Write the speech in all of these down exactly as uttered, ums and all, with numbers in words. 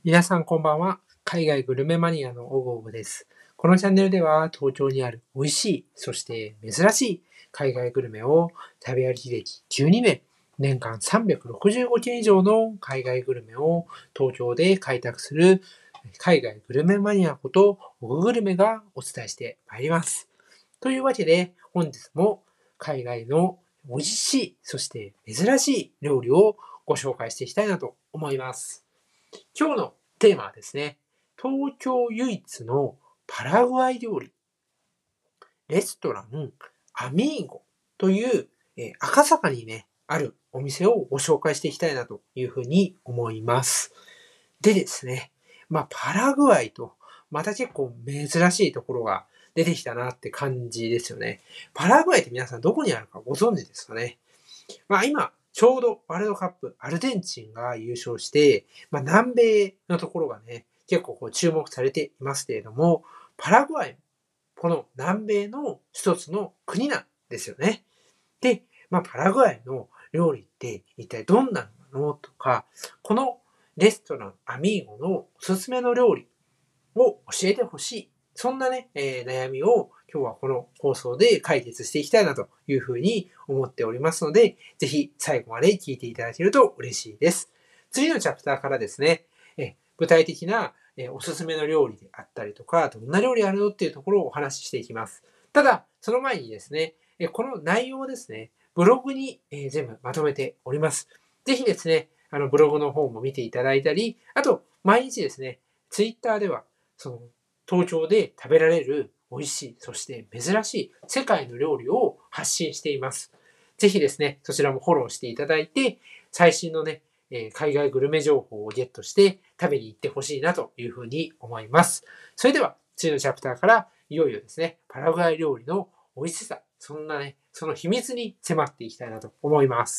皆さんこんばんは。海外グルメマニアのオグオグです。このチャンネルでは東京にある美味しい、そして珍しい海外グルメを食べ歩き歴じゅうにねん、年間さんびゃくろくじゅうごけん以上の海外グルメを東京で開拓する海外グルメマニアことオググルメがお伝えしてまいります。というわけで本日も海外の美味しい、そして珍しい料理をご紹介していきたいなと思います。今日のテーマはですね、東京唯一のパラグアイ料理、レストランアミーゴという、えー赤坂にね、あるお店をご紹介していきたいなというふうに思います。でですね、まあパラグアイと、また結構珍しいところが出てきたなって感じですよね。パラグアイって皆さんどこにあるかご存知ですかね。まあ今、ちょうどワールドカップ、アルゼンチンが優勝して、まあ南米のところがね、結構こう注目されていますけれども、パラグアイ、この南米の一つの国なんですよね。で、まあパラグアイの料理って一体どんなのとか、このレストランアミーゴのおすすめの料理を教えてほしい。そんなね、えー悩みを今日はこの放送で解決していきたいなというふうに思っておりますので、ぜひ最後まで聞いていただけると嬉しいです。次のチャプターからですね、え具体的なえおすすめの料理であったりとか、どんな料理あるのっていうところをお話ししていきます。ただ、その前にですね、えこの内容をですね、ブログにえ全部まとめております。ぜひですね、あのブログの方も見ていただいたり、あと、毎日ですね、ツイッターではその東京で食べられる美味しい、そして珍しい世界の料理を発信しています。ぜひですね、そちらもフォローしていただいて、最新のね、えー海外グルメ情報をゲットして食べに行ってほしいなというふうに思います。それでは、次のチャプターからいよいよですね、パラグアイ料理の美味しさ、そんなね、その秘密に迫っていきたいなと思います。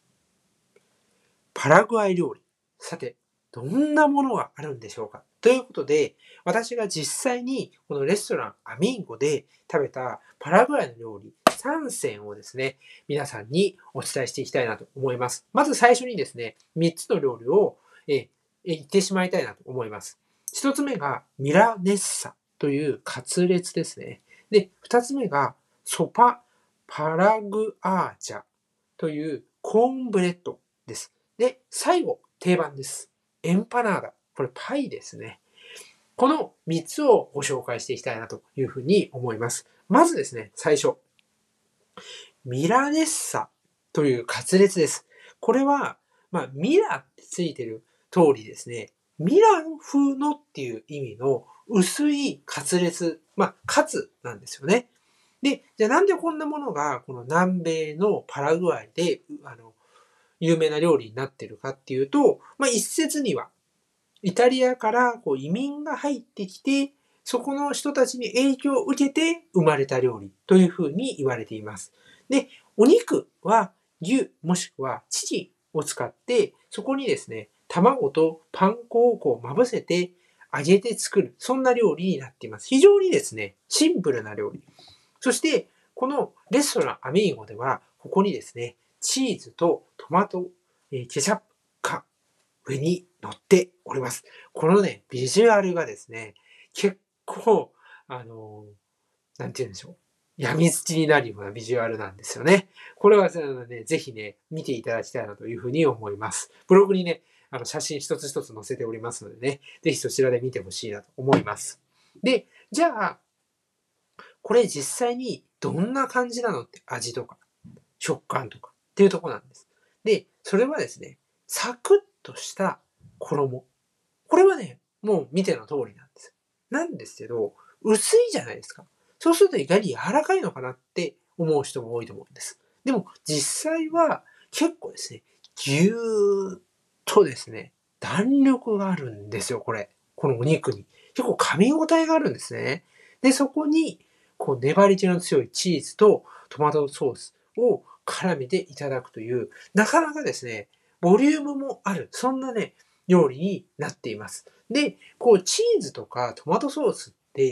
パラグアイ料理。さて、どんなものがあるんでしょうかということで、私が実際にこのレストランアミーゴで食べたパラグアイの料理さんせんをですね、皆さんにお伝えしていきたいなと思います。まず最初にですね、みっつの料理をえ言ってしまいたいなと思います。ひとつめがミラネッサというカツレツですね。で、ふたつめがソパパラグアーチャというコーンブレッドです。で、最後、定番です。エンパナーダ。これパイですね。このみっつをご紹介していきたいなというふうに思います。まずですね、最初。ミラネッサというカツレツです。これは、まあ、ミラってついてる通りですね、ミラン風のっていう意味の薄いカツレツ、まあ、カツなんですよね。で、じゃあなんでこんなものがこの南米のパラグアイで、あの、有名な料理になってるかっていうと、まあ、一説には、イタリアからこう移民が入ってきて、そこの人たちに影響を受けて生まれた料理というふうに言われています。で、お肉は牛もしくはチキンを使って、そこにですね、卵とパン粉をこうまぶせて揚げて作る、そんな料理になっています。非常にですね、シンプルな料理。そして、このレストランアミーゴでは、ここにですね、チーズとトマト、えーケチャップが上に乗っております。このね、ビジュアルがですね、結構、あのーなんて言うんでしょう。病みつきになるようなビジュアルなんですよね。これはね、ぜひね、見ていただきたいなというふうに思います。ブログにね、あの写真一つ一つ載せておりますのでね、ぜひそちらで見てほしいなと思います。で、じゃあ、これ実際にどんな感じなのって味とか食感とかっていうところなんです。で、それはですね、サクッとした衣。これはね、もう見ての通りなんです。なんですけど、薄いじゃないですか。そうすると意外に柔らかいのかなって思う人も多いと思うんです。でも実際は結構ですね、ぎゅーっとですね、弾力があるんですよ、これ。このお肉に。結構噛み応えがあるんですね。で、そこに、こう粘り気の強いチーズとトマトソースを絡めていただくという、なかなかですね、ボリュームもある。そんなね、料理になっています。で、こう、チーズとかトマトソースって、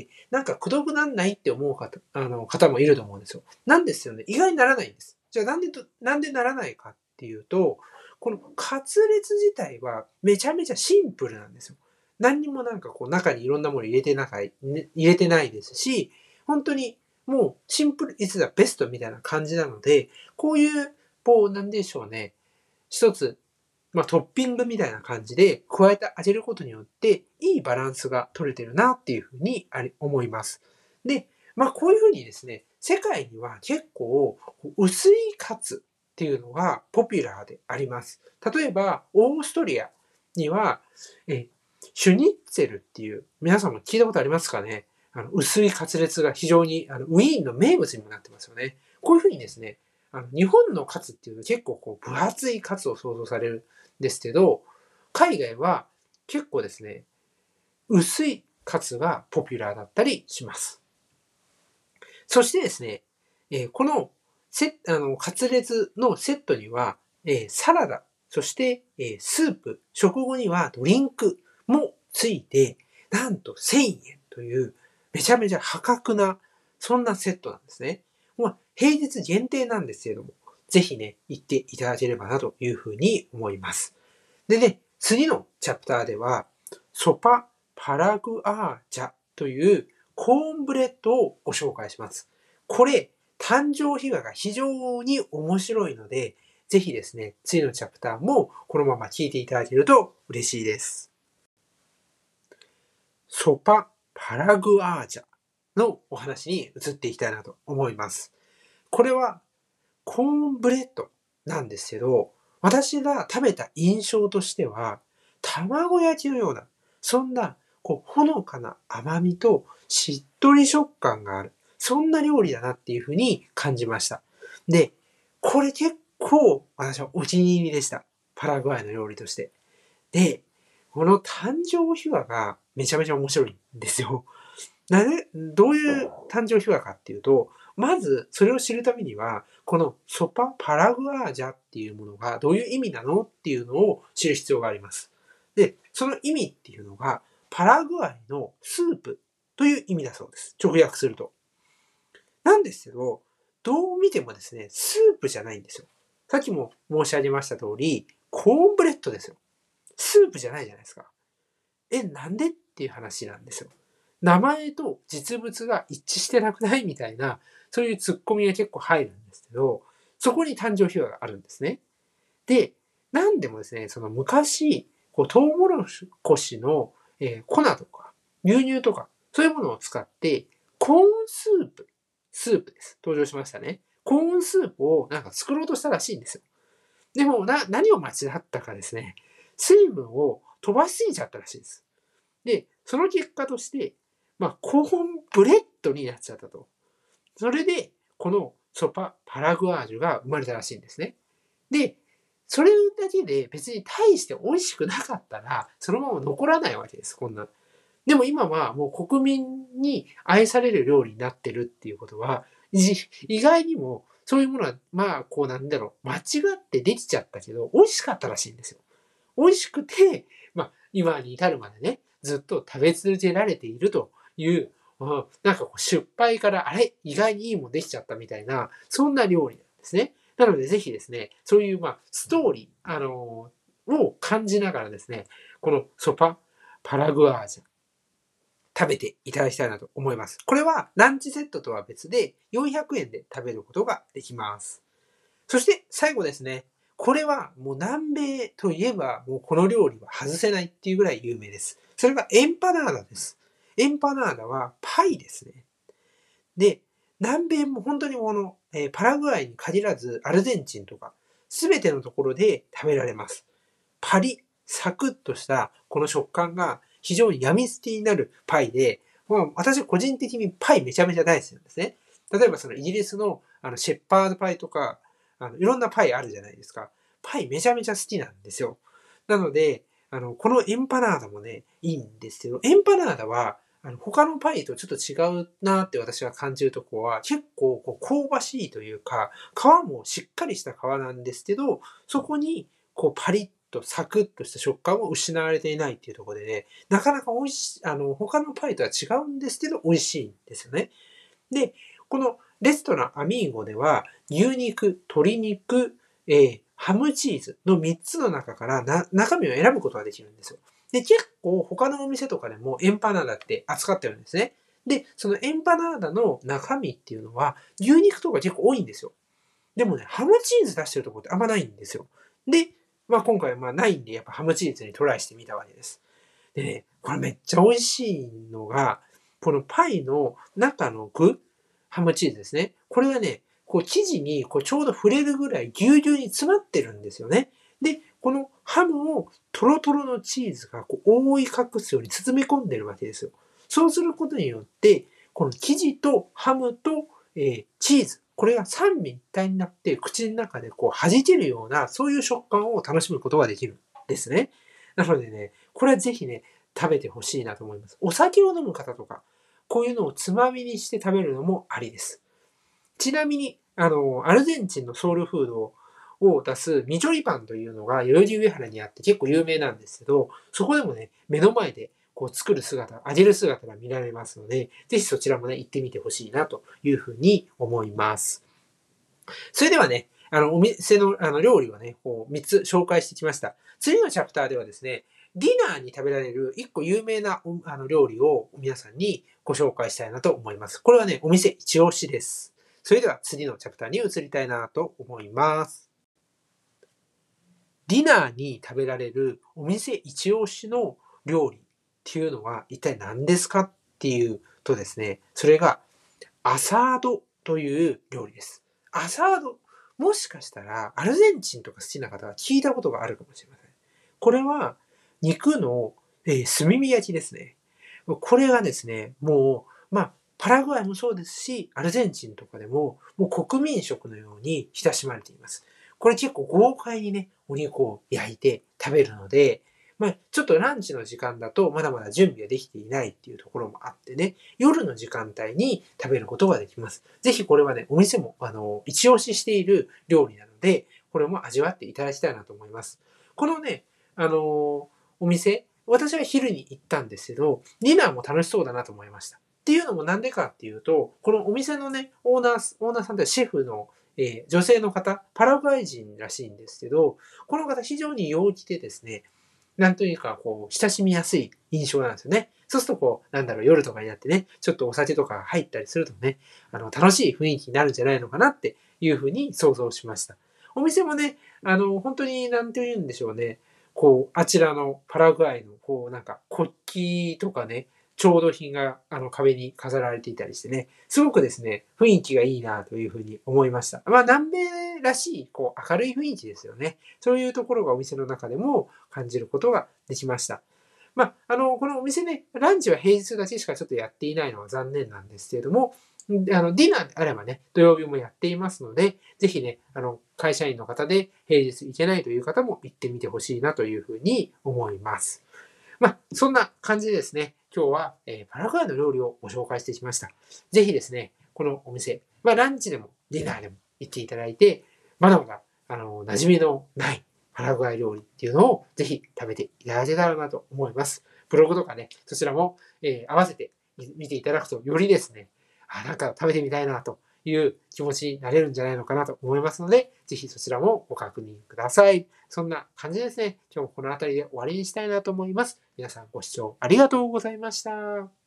なんかくどくなんないって思う方、あの、方もいると思うんですよ。なんですよね。意外にならないんです。じゃあなんでと、なんでならないかっていうと、 このカツレツ自体はめちゃめちゃシンプルなんですよ。何にもなんかこう中にいろんなもの入れてなかい、ね、入れてないですし、本当にもうシンプルイズザベストみたいな感じなので、こういう、こうなんでしょうね、一つ、まあトッピングみたいな感じで加えてあげることによって、いいバランスが取れてるなっていうふうに思います。で、まあこういうふうにですね、世界には結構薄いカツっていうのがポピュラーであります。例えば、オーストリアには、えシュニッツェルっていう、皆さんも聞いたことありますかね？あの薄いカツレツが非常にあのウィーンの名物にもなってますよね。こういうふうにですね、あの日本のカツっていうと結構こう分厚いカツを想像されるんですけど、海外は結構ですね、薄いカツがポピュラーだったりします。そしてですね、えー、このセあのカツレツのセットには、えー、サラダ、そして、えー、スープ、食後にはドリンクもついて、なんとせんえんというめちゃめちゃ破格な、そんなセットなんですね。まあ、平日限定なんですけれども、ぜひね、行っていただければなというふうに思います。でね、次のチャプターでは、ソパ・パラグアージャというコーンブレッドをご紹介します。これ、誕生秘話が非常に面白いので、ぜひですね、次のチャプターもこのまま聞いていただけると嬉しいです。ソパ・パラグアージャのお話に移っていきたいなと思います。これはコーンブレッドなんですけど、私が食べた印象としては、卵焼きのような、そんな、こう、ほのかな甘みとしっとり食感がある。そんな料理だなっていうふうに感じました。で、これ結構私はお気に入りでした。パラグアイの料理として。で、この誕生秘話がめちゃめちゃ面白いんですよ。なぜ、どういう誕生秘話かっていうと、まずそれを知るためには、このソパ・パラグアージャっていうものがどういう意味なのっていうのを知る必要があります。で、その意味っていうのが、パラグアイのスープという意味だそうです。直訳すると。なんですけど、どう見てもですね、スープじゃないんですよ。さっきも申し上げました通り、コーンブレッドですよ。スープじゃないじゃないですか。え、なんでっていう話なんですよ。名前と実物が一致してなくないみたいな、そういうツッコミが結構入るんですけど、そこに誕生秘話があるんですね。で、なんでもですね、その昔、こう、トウモロコシの、えー、粉とか、牛乳とか、そういうものを使って、コーンスープ、スープです。登場しましたね。コーンスープをなんか作ろうとしたらしいんですよ。でも、な、何を間違ったかですね、水分を飛ばしすぎちゃったらしいです。で、その結果として、まあ、コーンブレッドになっちゃったと。それで、このソパ・パラグアージュが生まれたらしいんですね。で、それだけで別に大して美味しくなかったら、そのまま残らないわけです、こんな。でも今はもう国民に愛される料理になってるっていうことは、意外にもそういうものは、まあ、こうなんだろう、間違ってできちゃったけど、美味しかったらしいんですよ。美味しくて、まあ、今に至るまでね、ずっと食べ続けられているという、うん、なんかこう失敗から、あれ意外にいいもんできちゃったみたいな、そんな料理なんですね。なのでぜひですね、そういうまあストーリー、あのー、を感じながらですね、このソパ・パラグアージャ、食べていただきたいなと思います。これはランチセットとは別でよんひゃくえんで食べることができます。そして最後ですね。これはもう南米といえばもうこの料理は外せないっていうぐらい有名です。それがエンパナーダです。エンパナーダはパイですね。で、南米も本当にこの、えー、パラグアイに限らずアルゼンチンとかすべてのところで食べられます。パリ、サクッとしたこの食感が非常に病みつきになるパイで、まあ、私個人的にパイめちゃめちゃ大好きなんですね。例えばそのイギリスのあのシェッパードパイとか、あのいろんなパイあるじゃないですか。パイめちゃめちゃ好きなんですよ。なので、あの、このエンパナーダもね、いいんですけど、エンパナーダは、あの、他のパイとちょっと違うなって私が感じるところは、結構こう香ばしいというか、皮もしっかりした皮なんですけど、そこにこうパリッとサクッとした食感も失われていないっていうところでね、なかなか美味しい、あの、他のパイとは違うんですけど、美味しいんですよね。で、このレストランアミーゴでは、牛肉、鶏肉、えー、 ハムチーズのみっつの中からな中身を選ぶことができるんですよ。で、結構他のお店とかでもエンパナーダって扱ってるんですね。で、そのエンパナーダの中身っていうのは牛肉とか結構多いんですよ。でもね、ハムチーズ出してるところってあんまないんですよ。で、まあ今回はまあないんで、やっぱハムチーズにトライしてみたわけです。でね、これめっちゃ美味しいのが、このパイの中の具、ハムチーズですね。これがね、こう生地にこうちょうど触れるぐらいぎゅうぎゅうに詰まってるんですよね。で、このハムをトロトロのチーズがこう覆い隠すように包み込んでるわけですよ。そうすることによって、この生地とハムと、えーチーズ、これが三位一体になって口の中でこう弾けるような、そういう食感を楽しむことができるんですね。なのでね、これはぜひね、食べてほしいなと思います。お酒を飲む方とか、こういうのをつまみにして食べるのもありです。ちなみに、あの、アルゼンチンのソウルフードを出すミジョリパンというのが代々木上原にあって結構有名なんですけど、そこでもね、目の前でこう作る姿、揚げる姿が見られますので、ぜひそちらもね、行ってみてほしいなというふうに思います。それではね、あの、お店のあの料理をね、こうみっつ紹介してきました。次のチャプターではですね、ディナーに食べられるいっこ有名なあの料理を皆さんにご紹介したいなと思います。これはね、お店一押しです。それでは次のチャプターに移りたいなと思います。ディナーに食べられるお店一押しの料理っていうのは一体何ですかっていうとですね、それがアサードという料理です。アサード、もしかしたらアルゼンチンとか好きな方は聞いたことがあるかもしれません。これは肉の、えー炭火焼きですね。これがですね、もう、まあ、パラグアイもそうですし、アルゼンチンとかでも、もう国民食のように親しまれています。これ結構豪快にね、お肉を焼いて食べるので、まあ、ちょっとランチの時間だとまだまだ準備ができていないっていうところもあってね、夜の時間帯に食べることができます。ぜひこれはね、お店も、あの、一押ししている料理なので、これも味わっていただきたいなと思います。このね、あの、お店、私は昼に行ったんですけど、ディナーも楽しそうだなと思いました。っていうのもなんでかっていうと、このお店のね、オーナー、オーナーさんってシェフの、えー女性の方、パラグアイ人らしいんですけど、この方非常に陽気でですね、なんというか、こう、親しみやすい印象なんですよね。そうすると、こう、なんだろう、夜とかになってね、ちょっとお酒とか入ったりするとね、あの、楽しい雰囲気になるんじゃないのかなっていうふうに想像しました。お店もね、あの、本当に、なんて言うんでしょうね。こう、あちらのパラグアイの、こう、なんか、国旗とかね、調度品が、あの、壁に飾られていたりしてね、すごくですね、雰囲気がいいなというふうに思いました。まあ、南米らしい、こう、明るい雰囲気ですよね。そういうところがお店の中でも感じることができました。まあ、あの、このお店ね、ランチは平日だけしかちょっとやっていないのは残念なんですけれども、あの、ディナーであればね、土曜日もやっていますので、ぜひね、あの、会社員の方で平日行けないという方も行ってみてほしいなというふうに思います。まあ、そんな感じでですね、今日は、えーパラグアイの料理をご紹介してきました。ぜひですね、このお店、まあ、ランチでもディナーでも行っていただいて、まだまだ、あの、馴染みのないパラグアイ料理っていうのをぜひ食べていただけたらなと思います。ブログとかね、そちらも、えー合わせて見ていただくと、よりですね、あ、なんか食べてみたいなという気持ちになれるんじゃないのかなと思いますので、ぜひそちらもご確認ください。そんな感じですね。今日もこの辺りで終わりにしたいなと思います。皆さんご視聴ありがとうございました。